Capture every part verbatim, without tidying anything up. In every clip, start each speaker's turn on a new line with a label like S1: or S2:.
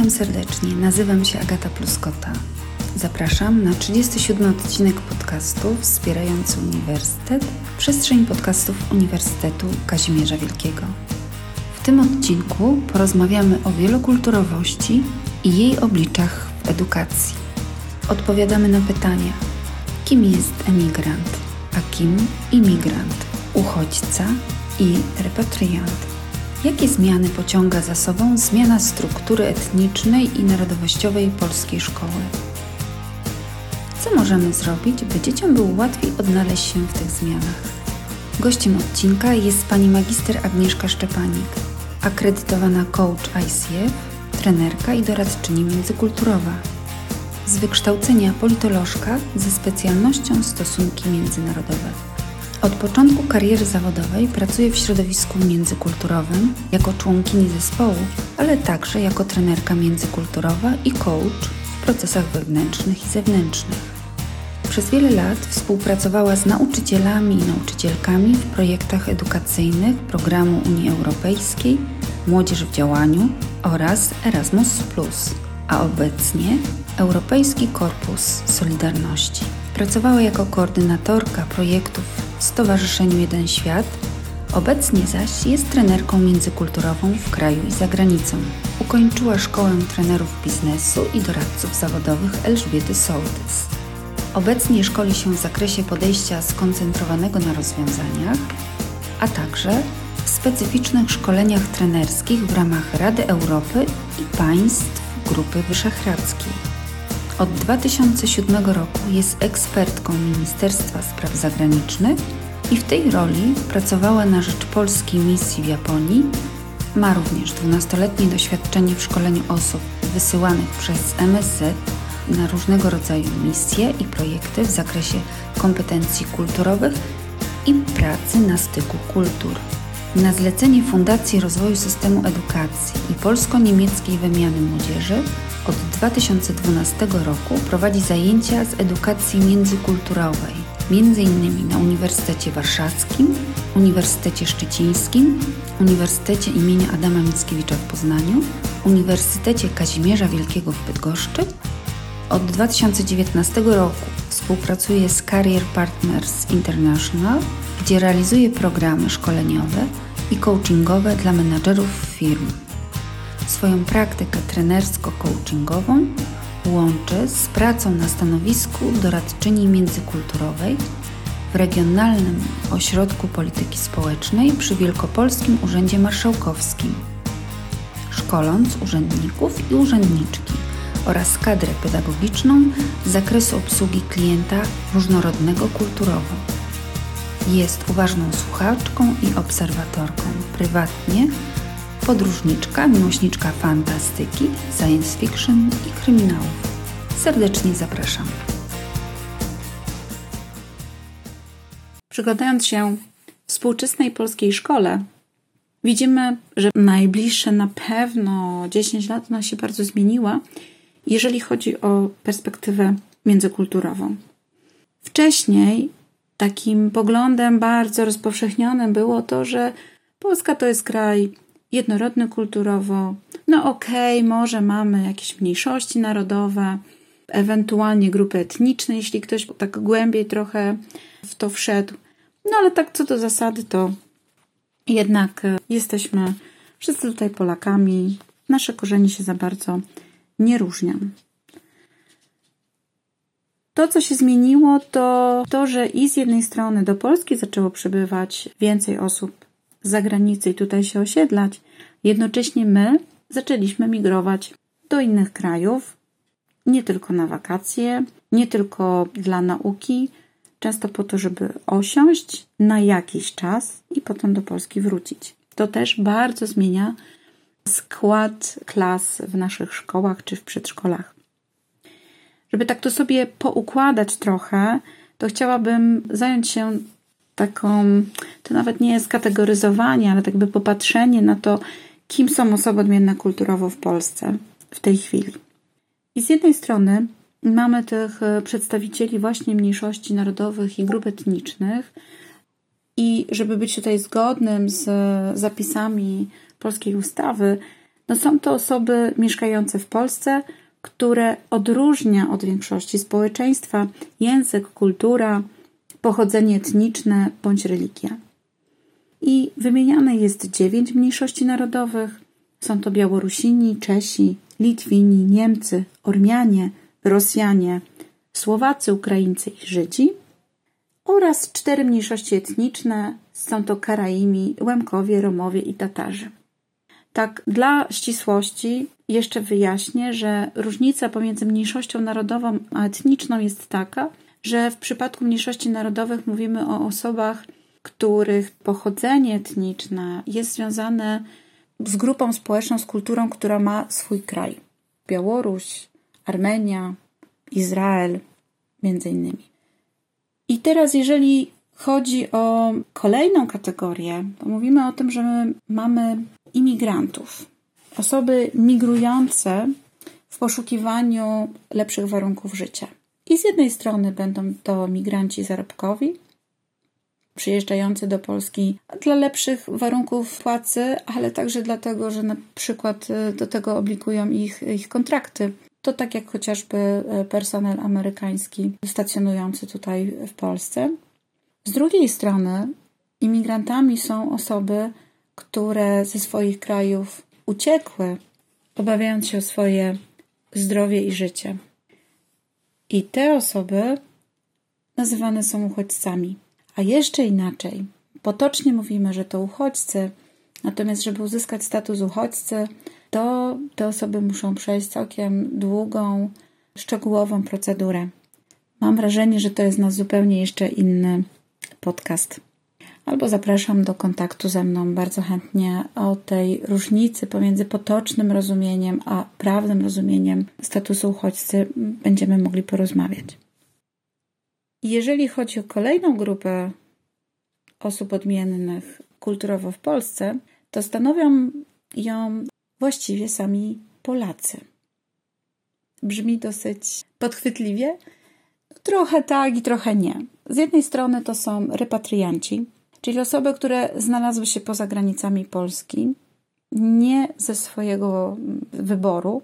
S1: Witam serdecznie, nazywam się Agata Pluskota. Zapraszam na trzydziesty siódmy odcinek podcastu wspierający Uniwersytet, przestrzeń podcastów Uniwersytetu Kazimierza Wielkiego. W tym odcinku porozmawiamy o wielokulturowości i jej obliczach w edukacji. Odpowiadamy na pytania: kim jest emigrant, a kim imigrant, uchodźca i repatriant? Jakie zmiany pociąga za sobą zmiana struktury etnicznej i narodowościowej polskiej szkoły? Co możemy zrobić, by dzieciom było łatwiej odnaleźć się w tych zmianach? Gościem odcinka jest pani magister Agnieszka Szczepanik, akredytowana coach I C F, trenerka i doradczyni międzykulturowa. Z wykształcenia politolożka ze specjalnością stosunki międzynarodowe. Od początku kariery zawodowej pracuje w środowisku międzykulturowym jako członkini zespołu, ale także jako trenerka międzykulturowa i coach w procesach wewnętrznych i zewnętrznych. Przez wiele lat współpracowała z nauczycielami i nauczycielkami w projektach edukacyjnych programu Unii Europejskiej Młodzież w działaniu oraz Erasmus plus, a obecnie Europejski Korpus Solidarności. Pracowała jako koordynatorka projektów w Stowarzyszeniu Jeden Świat, obecnie zaś jest trenerką międzykulturową w kraju i za granicą. Ukończyła Szkołę Trenerów Biznesu i Doradców Zawodowych Elżbiety Sołtys. Obecnie szkoli się w zakresie podejścia skoncentrowanego na rozwiązaniach, a także w specyficznych szkoleniach trenerskich w ramach Rady Europy i państw Grupy Wyszehradzkiej. Od dwa tysiące siódmego roku jest ekspertką Ministerstwa Spraw Zagranicznych i w tej roli pracowała na rzecz polskiej misji w Japonii. Ma również dwunastoletnie doświadczenie w szkoleniu osób wysyłanych przez M S Z na różnego rodzaju misje i projekty w zakresie kompetencji kulturowych i pracy na styku kultur. Na zlecenie Fundacji Rozwoju Systemu Edukacji i Polsko-Niemieckiej Wymiany Młodzieży od dwa tysiące dwunastego roku prowadzi zajęcia z edukacji międzykulturowej, między innymi na Uniwersytecie Warszawskim, Uniwersytecie Szczecińskim, Uniwersytecie imienia Adama Mickiewicza w Poznaniu, Uniwersytecie Kazimierza Wielkiego w Bydgoszczy. Od dwa tysiące dziewiętnastego roku współpracuje z Career Partners International, gdzie realizuje programy szkoleniowe i coachingowe dla menadżerów firm. Swoją praktykę trenersko-coachingową łączy z pracą na stanowisku doradczyni międzykulturowej w Regionalnym Ośrodku Polityki Społecznej przy Wielkopolskim Urzędzie Marszałkowskim, szkoląc urzędników i urzędniczki oraz kadrę pedagogiczną z zakresu obsługi klienta różnorodnego kulturowo. Jest uważną słuchaczką i obserwatorką. Prywatnie podróżniczka, miłośniczka fantastyki, science fiction i kryminałów. Serdecznie zapraszam.
S2: Przyglądając się współczesnej polskiej szkole, widzimy, że najbliższe na pewno dziesięć lat ona się bardzo zmieniła, jeżeli chodzi o perspektywę międzykulturową. Wcześniej takim poglądem bardzo rozpowszechnionym było to, że Polska to jest kraj jednorodny kulturowo. No okej, okay, może mamy jakieś mniejszości narodowe, ewentualnie grupy etniczne, jeśli ktoś tak głębiej trochę w to wszedł. No ale tak co do zasady, to jednak jesteśmy wszyscy tutaj Polakami. Nasze korzenie się za bardzo nie różnią. To, co się zmieniło, to to, że i z jednej strony do Polski zaczęło przybywać więcej osób z zagranicy i tutaj się osiedlać. Jednocześnie my zaczęliśmy migrować do innych krajów, nie tylko na wakacje, nie tylko dla nauki, często po to, żeby osiąść na jakiś czas i potem do Polski wrócić. To też bardzo zmienia skład klas w naszych szkołach czy w przedszkolach. Żeby tak to sobie poukładać trochę, to chciałabym zająć się taką, to nawet nie jest kategoryzowanie, ale tak by popatrzenie na to, kim są osoby odmienne kulturowo w Polsce w tej chwili. I z jednej strony mamy tych przedstawicieli właśnie mniejszości narodowych i grup etnicznych i żeby być tutaj zgodnym z zapisami polskiej ustawy, No są to osoby mieszkające w Polsce, które odróżnia od większości społeczeństwa język, kultura, pochodzenie etniczne bądź religia. I wymieniane jest dziewięć mniejszości narodowych. Są to Białorusini, Czesi, Litwini, Niemcy, Ormianie, Rosjanie, Słowacy, Ukraińcy i Żydzi oraz cztery mniejszości etniczne. Są to Karaimi, Łemkowie, Romowie i Tatarzy. Tak, dla ścisłości jeszcze wyjaśnię, że różnica pomiędzy mniejszością narodową a etniczną jest taka, że w przypadku mniejszości narodowych mówimy o osobach, których pochodzenie etniczne jest związane z grupą społeczną, z kulturą, która ma swój kraj. Białoruś, Armenia, Izrael, między innymi. I teraz, jeżeli chodzi o kolejną kategorię, to mówimy o tym, że my mamy imigrantów. Osoby migrujące w poszukiwaniu lepszych warunków życia. I z jednej strony będą to migranci zarobkowi, przyjeżdżający do Polski dla lepszych warunków płacy, ale także dlatego, że na przykład do tego obligują ich, ich kontrakty. To tak jak chociażby personel amerykański stacjonujący tutaj w Polsce. Z drugiej strony imigrantami są osoby, które ze swoich krajów uciekły, obawiając się o swoje zdrowie i życie. I te osoby nazywane są uchodźcami. A jeszcze inaczej, potocznie mówimy, że to uchodźcy, natomiast żeby uzyskać status uchodźcy, to te osoby muszą przejść całkiem długą, szczegółową procedurę. Mam wrażenie, że to jest na zupełnie jeszcze inny podcast. Albo zapraszam do kontaktu ze mną bardzo chętnie o tej różnicy pomiędzy potocznym rozumieniem a prawnym rozumieniem statusu uchodźcy będziemy mogli porozmawiać. Jeżeli chodzi o kolejną grupę osób odmiennych kulturowo w Polsce, to stanowią ją właściwie sami Polacy. Brzmi dosyć podchwytliwie? Trochę tak i trochę nie. Z jednej strony to są repatrianci, czyli osoby, które znalazły się poza granicami Polski, nie ze swojego wyboru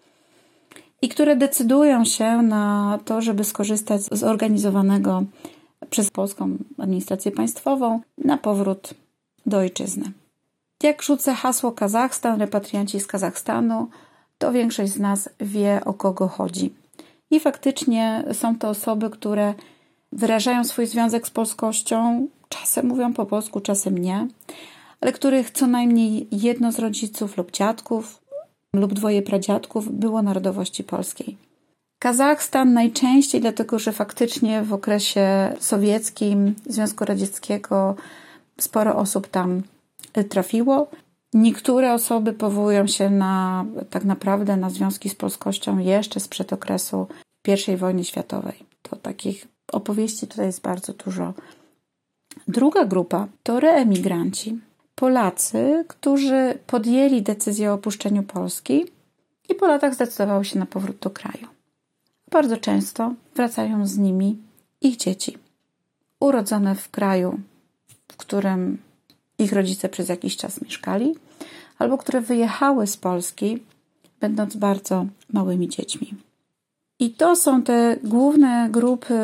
S2: i które decydują się na to, żeby skorzystać z zorganizowanego przez polską administrację państwową na powrót do ojczyzny. Jak rzucę hasło Kazachstan, repatrianci z Kazachstanu, to większość z nas wie, o kogo chodzi. I faktycznie są to osoby, które wyrażają swój związek z polskością, czasem mówią po polsku, czasem nie, ale których co najmniej jedno z rodziców lub dziadków lub dwoje pradziadków było narodowości polskiej. Kazachstan najczęściej dlatego, że faktycznie w okresie sowieckim, Związku Radzieckiego sporo osób tam trafiło. Niektóre osoby powołują się na tak naprawdę na związki z polskością jeszcze sprzed okresu pierwszej wojny światowej. To takich opowieści tutaj jest bardzo dużo. Druga grupa to reemigranci. Polacy, którzy podjęli decyzję o opuszczeniu Polski i po latach zdecydowali się na powrót do kraju. Bardzo często wracają z nimi ich dzieci, urodzone w kraju, w którym ich rodzice przez jakiś czas mieszkali, albo które wyjechały z Polski, będąc bardzo małymi dziećmi. I to są te główne grupy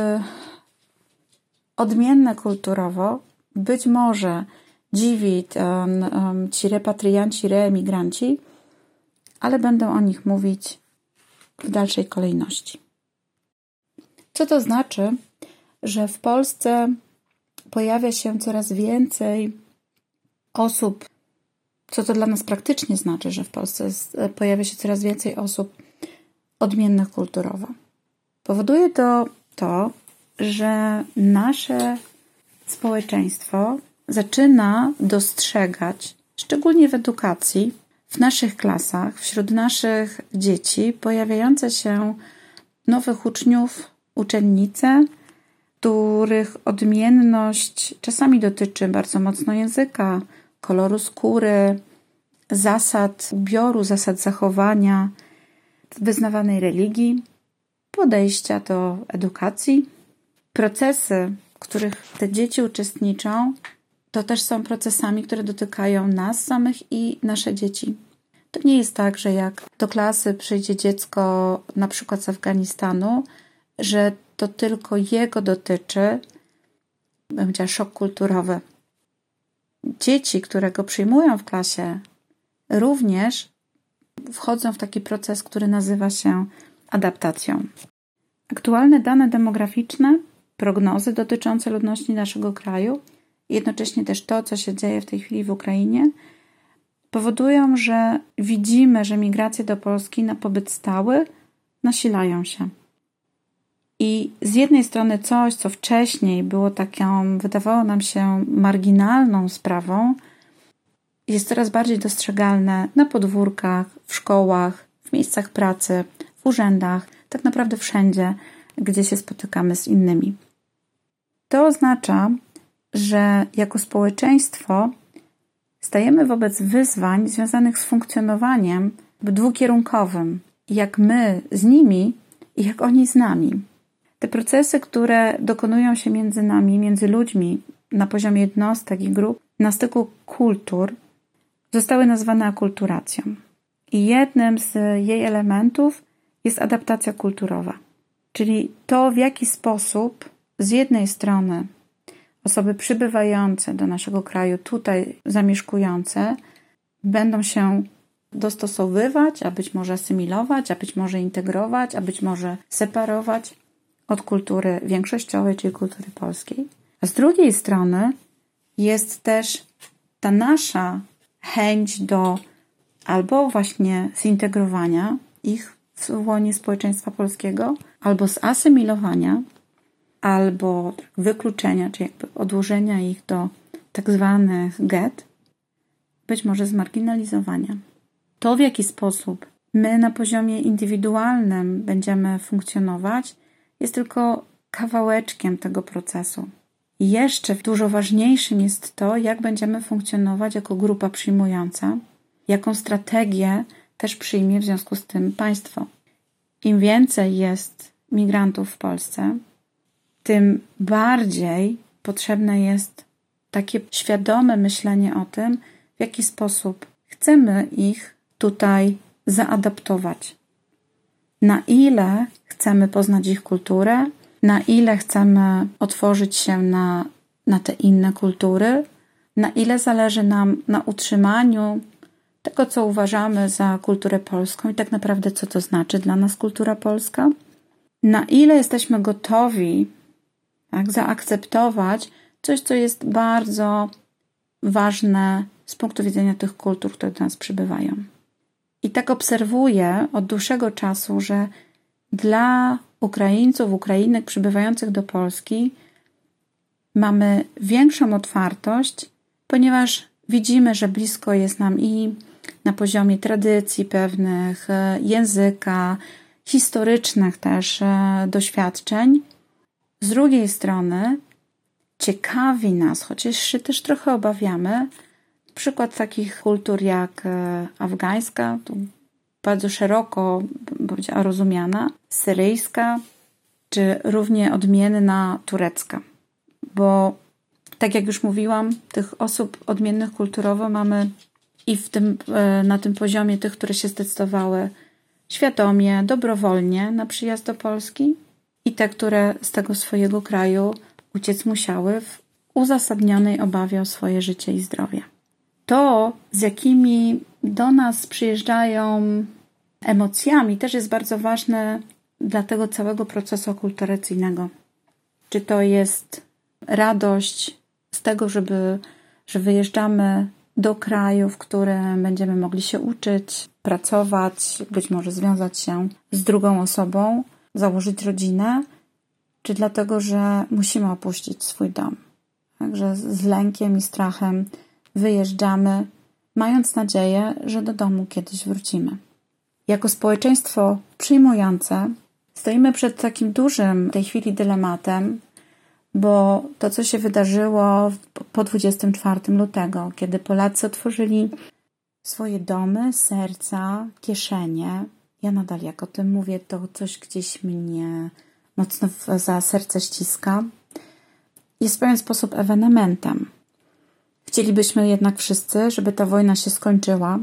S2: odmienne kulturowo. Być może dziwi um, um, ci repatrianci, reemigranci, ale będę o nich mówić w dalszej kolejności. Co to znaczy, że w Polsce pojawia się coraz więcej osób, co to dla nas praktycznie znaczy, że w Polsce jest, pojawia się coraz więcej osób odmiennych kulturowo. Powoduje to to, że nasze społeczeństwo zaczyna dostrzegać, szczególnie w edukacji, w naszych klasach, wśród naszych dzieci, pojawiające się nowych uczniów, uczennice, których odmienność czasami dotyczy bardzo mocno języka, koloru skóry, zasad ubioru, zasad zachowania, wyznawanej religii, podejścia do edukacji. Procesy, w których te dzieci uczestniczą, to też są procesami, które dotykają nas samych i nasze dzieci. To nie jest tak, że jak do klasy przyjdzie dziecko na przykład z Afganistanu, że to tylko jego dotyczy, będzie szok kulturowy. Dzieci, które go przyjmują w klasie, również wchodzą w taki proces, który nazywa się adaptacją. Aktualne dane demograficzne, prognozy dotyczące ludności naszego kraju, jednocześnie też to, co się dzieje w tej chwili w Ukrainie, powodują, że widzimy, że migracje do Polski na pobyt stały nasilają się. I z jednej strony coś, co wcześniej było taką, wydawało nam się marginalną sprawą, jest coraz bardziej dostrzegalne na podwórkach, w szkołach, w miejscach pracy, w urzędach, tak naprawdę wszędzie, gdzie się spotykamy z innymi. To oznacza, że jako społeczeństwo stajemy wobec wyzwań związanych z funkcjonowaniem dwukierunkowym, jak my z nimi i jak oni z nami. Te procesy, które dokonują się między nami, między ludźmi na poziomie jednostek i grup, na styku kultur, zostały nazwane akulturacją. I jednym z jej elementów jest adaptacja kulturowa. Czyli to, w jaki sposób z jednej strony osoby przybywające do naszego kraju, tutaj zamieszkujące, będą się dostosowywać, a być może asymilować, a być może integrować, a być może separować od kultury większościowej, czyli kultury polskiej. A z drugiej strony jest też ta nasza chęć do albo właśnie zintegrowania ich w łonie społeczeństwa polskiego, albo zasymilowania, albo wykluczenia, czy jakby odłożenia ich do tak zwanych get, być może zmarginalizowania. To, w jaki sposób my na poziomie indywidualnym będziemy funkcjonować, jest tylko kawałeczkiem tego procesu. I jeszcze dużo ważniejszym jest to, jak będziemy funkcjonować jako grupa przyjmująca, jaką strategię też przyjmie w związku z tym państwo. Im więcej jest migrantów w Polsce, tym bardziej potrzebne jest takie świadome myślenie o tym, w jaki sposób chcemy ich tutaj zaadaptować. Na ile chcemy poznać ich kulturę, na ile chcemy otworzyć się na, na te inne kultury, na ile zależy nam na utrzymaniu tego, co uważamy za kulturę polską i tak naprawdę co to znaczy dla nas kultura polska, na ile jesteśmy gotowi tak, zaakceptować coś, co jest bardzo ważne z punktu widzenia tych kultur, które do nas przybywają. I tak obserwuję od dłuższego czasu, że dla Ukraińców, Ukrainek przybywających do Polski mamy większą otwartość, ponieważ widzimy, że blisko jest nam i na poziomie tradycji pewnych, języka, historycznych też doświadczeń. Z drugiej strony ciekawi nas, chociaż się też trochę obawiamy, przykład takich kultur jak afgańska, tu bardzo szeroko powiedziała rozumiana, syryjska, czy równie odmienna turecka. Bo tak jak już mówiłam, tych osób odmiennych kulturowo mamy i w tym, na tym poziomie tych, które się zdecydowały świadomie, dobrowolnie na przyjazd do Polski i te, które z tego swojego kraju uciec musiały w uzasadnionej obawie o swoje życie i zdrowie. To, z jakimi do nas przyjeżdżają emocjami, też jest bardzo ważne dla tego całego procesu akulturacyjnego. Czy to jest radość z tego, żeby, że wyjeżdżamy do kraju, w którym będziemy mogli się uczyć, pracować, być może związać się z drugą osobą, założyć rodzinę, czy dlatego, że musimy opuścić swój dom. Także z lękiem i strachem wyjeżdżamy, mając nadzieję, że do domu kiedyś wrócimy. Jako społeczeństwo przyjmujące stoimy przed takim dużym w tej chwili dylematem, bo to, co się wydarzyło po dwudziestego czwartego lutego, kiedy Polacy otworzyli swoje domy, serca, kieszenie, ja nadal jak o tym mówię, to coś gdzieś mnie mocno za serce ściska, jest w pewien sposób ewenementem. Chcielibyśmy jednak wszyscy, żeby ta wojna się skończyła,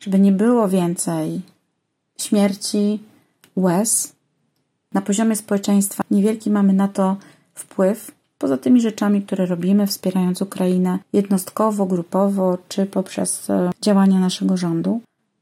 S2: żeby nie było więcej śmierci, łez. Na poziomie społeczeństwa niewielki mamy na to wpływ, poza tymi rzeczami, które robimy, wspierając Ukrainę jednostkowo, grupowo, czy poprzez działania naszego rządu.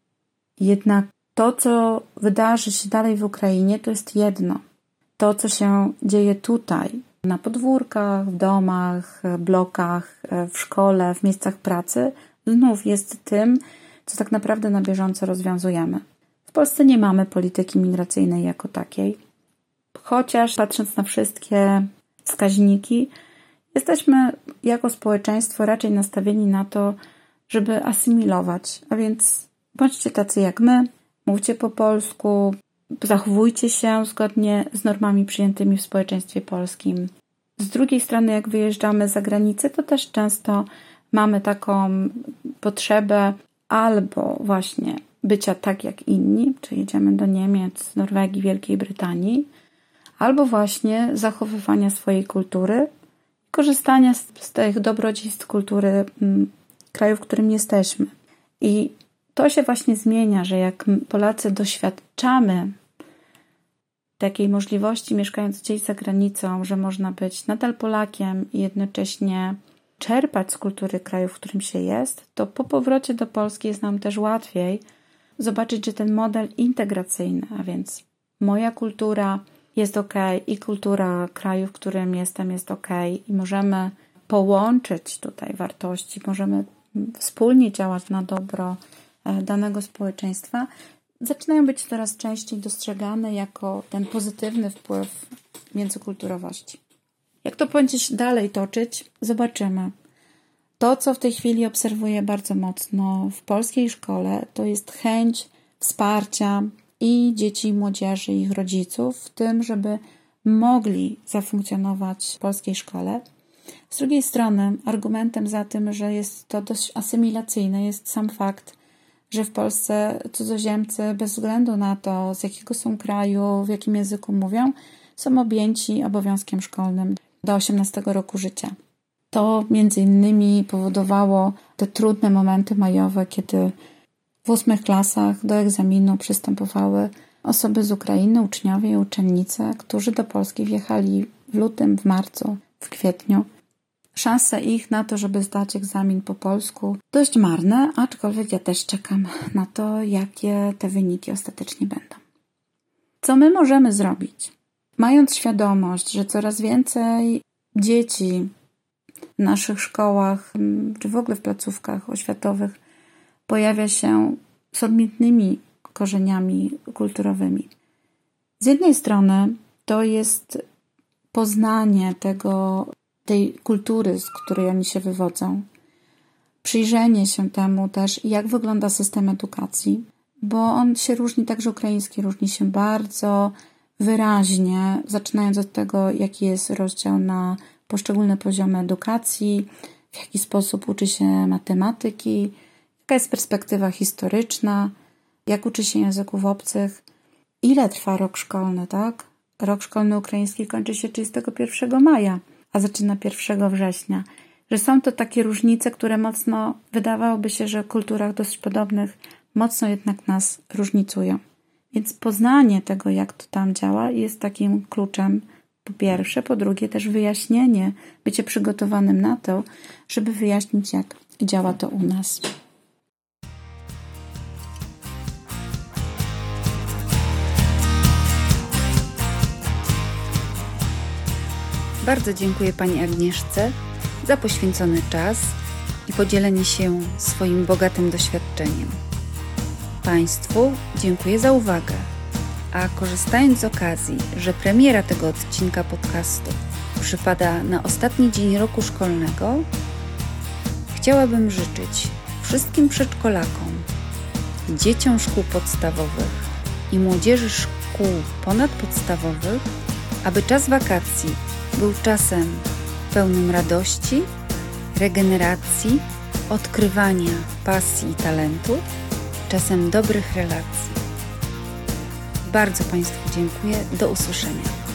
S2: Jednak to, co wydarzy się dalej w Ukrainie, to jest jedno. To, co się dzieje tutaj, na podwórkach, w domach, blokach, w szkole, w miejscach pracy, znów jest tym, co tak naprawdę na bieżąco rozwiązujemy. W Polsce nie mamy polityki migracyjnej jako takiej, chociaż patrząc na wszystkie wskaźniki, jesteśmy jako społeczeństwo raczej nastawieni na to, żeby asymilować, a więc bądźcie tacy jak my, mówcie po polsku, zachowujcie się zgodnie z normami przyjętymi w społeczeństwie polskim. Z drugiej strony, jak wyjeżdżamy za granicę, to też często mamy taką potrzebę albo właśnie bycia tak jak inni, czy jedziemy do Niemiec, Norwegii, Wielkiej Brytanii, albo właśnie zachowywania swojej kultury, korzystania z, z tych dobrodziejstw kultury m, kraju, w którym jesteśmy. I to się właśnie zmienia, że jak Polacy doświadczamy takiej możliwości, mieszkając gdzieś za granicą, że można być nadal Polakiem i jednocześnie czerpać z kultury kraju, w którym się jest, to po powrocie do Polski jest nam też łatwiej zobaczyć, że ten model integracyjny, a więc moja kultura jest ok i kultura kraju, w którym jestem, jest ok i możemy połączyć tutaj wartości, możemy wspólnie działać na dobro danego społeczeństwa, zaczynają być coraz częściej dostrzegane jako ten pozytywny wpływ międzykulturowości. Jak to będzie się dalej toczyć, zobaczymy. To, co w tej chwili obserwuję bardzo mocno w polskiej szkole, to jest chęć wsparcia i dzieci, i młodzieży, i ich rodziców w tym, żeby mogli zafunkcjonować w polskiej szkole. Z drugiej strony argumentem za tym, że jest to dość asymilacyjne, jest sam fakt, że w Polsce cudzoziemcy bez względu na to, z jakiego są kraju, w jakim języku mówią, są objęci obowiązkiem szkolnym do osiemnastego roku życia. To między innymi powodowało te trudne momenty majowe, kiedy w ósmych klasach do egzaminu przystępowały osoby z Ukrainy, uczniowie i uczennice, którzy do Polski wjechali w lutym, w marcu, w kwietniu. Szanse ich na to, żeby zdać egzamin po polsku, dość marne, aczkolwiek ja też czekam na to, jakie te wyniki ostatecznie będą. Co my możemy zrobić? Mając świadomość, że coraz więcej dzieci w naszych szkołach, czy w ogóle w placówkach oświatowych pojawia się z odmiennymi korzeniami kulturowymi. Z jednej strony to jest poznanie tego, tej kultury, z której oni się wywodzą. Przyjrzenie się temu też, jak wygląda system edukacji, bo on się różni, także ukraiński różni się bardzo wyraźnie, zaczynając od tego, jaki jest rozdział na poszczególne poziomy edukacji, w jaki sposób uczy się matematyki, jaka jest perspektywa historyczna, jak uczy się języków obcych, ile trwa rok szkolny, tak? Rok szkolny ukraiński kończy się trzydziestego pierwszego maja, a zaczyna pierwszego września. Że są to takie różnice, które mocno, wydawałoby się, że w kulturach dość podobnych, mocno jednak nas różnicują. Więc poznanie tego, jak to tam działa, jest takim kluczem po pierwsze, po drugie też wyjaśnienie, bycie przygotowanym na to, żeby wyjaśnić, jak działa to u nas.
S1: Bardzo dziękuję Pani Agnieszce za poświęcony czas i podzielenie się swoim bogatym doświadczeniem. Państwu dziękuję za uwagę, a korzystając z okazji, że premiera tego odcinka podcastu przypada na ostatni dzień roku szkolnego, chciałabym życzyć wszystkim przedszkolakom, dzieciom szkół podstawowych i młodzieży szkół ponadpodstawowych, aby czas wakacji był czasem pełnym radości, regeneracji, odkrywania pasji i talentu, czasem dobrych relacji. Bardzo Państwu dziękuję. Do usłyszenia.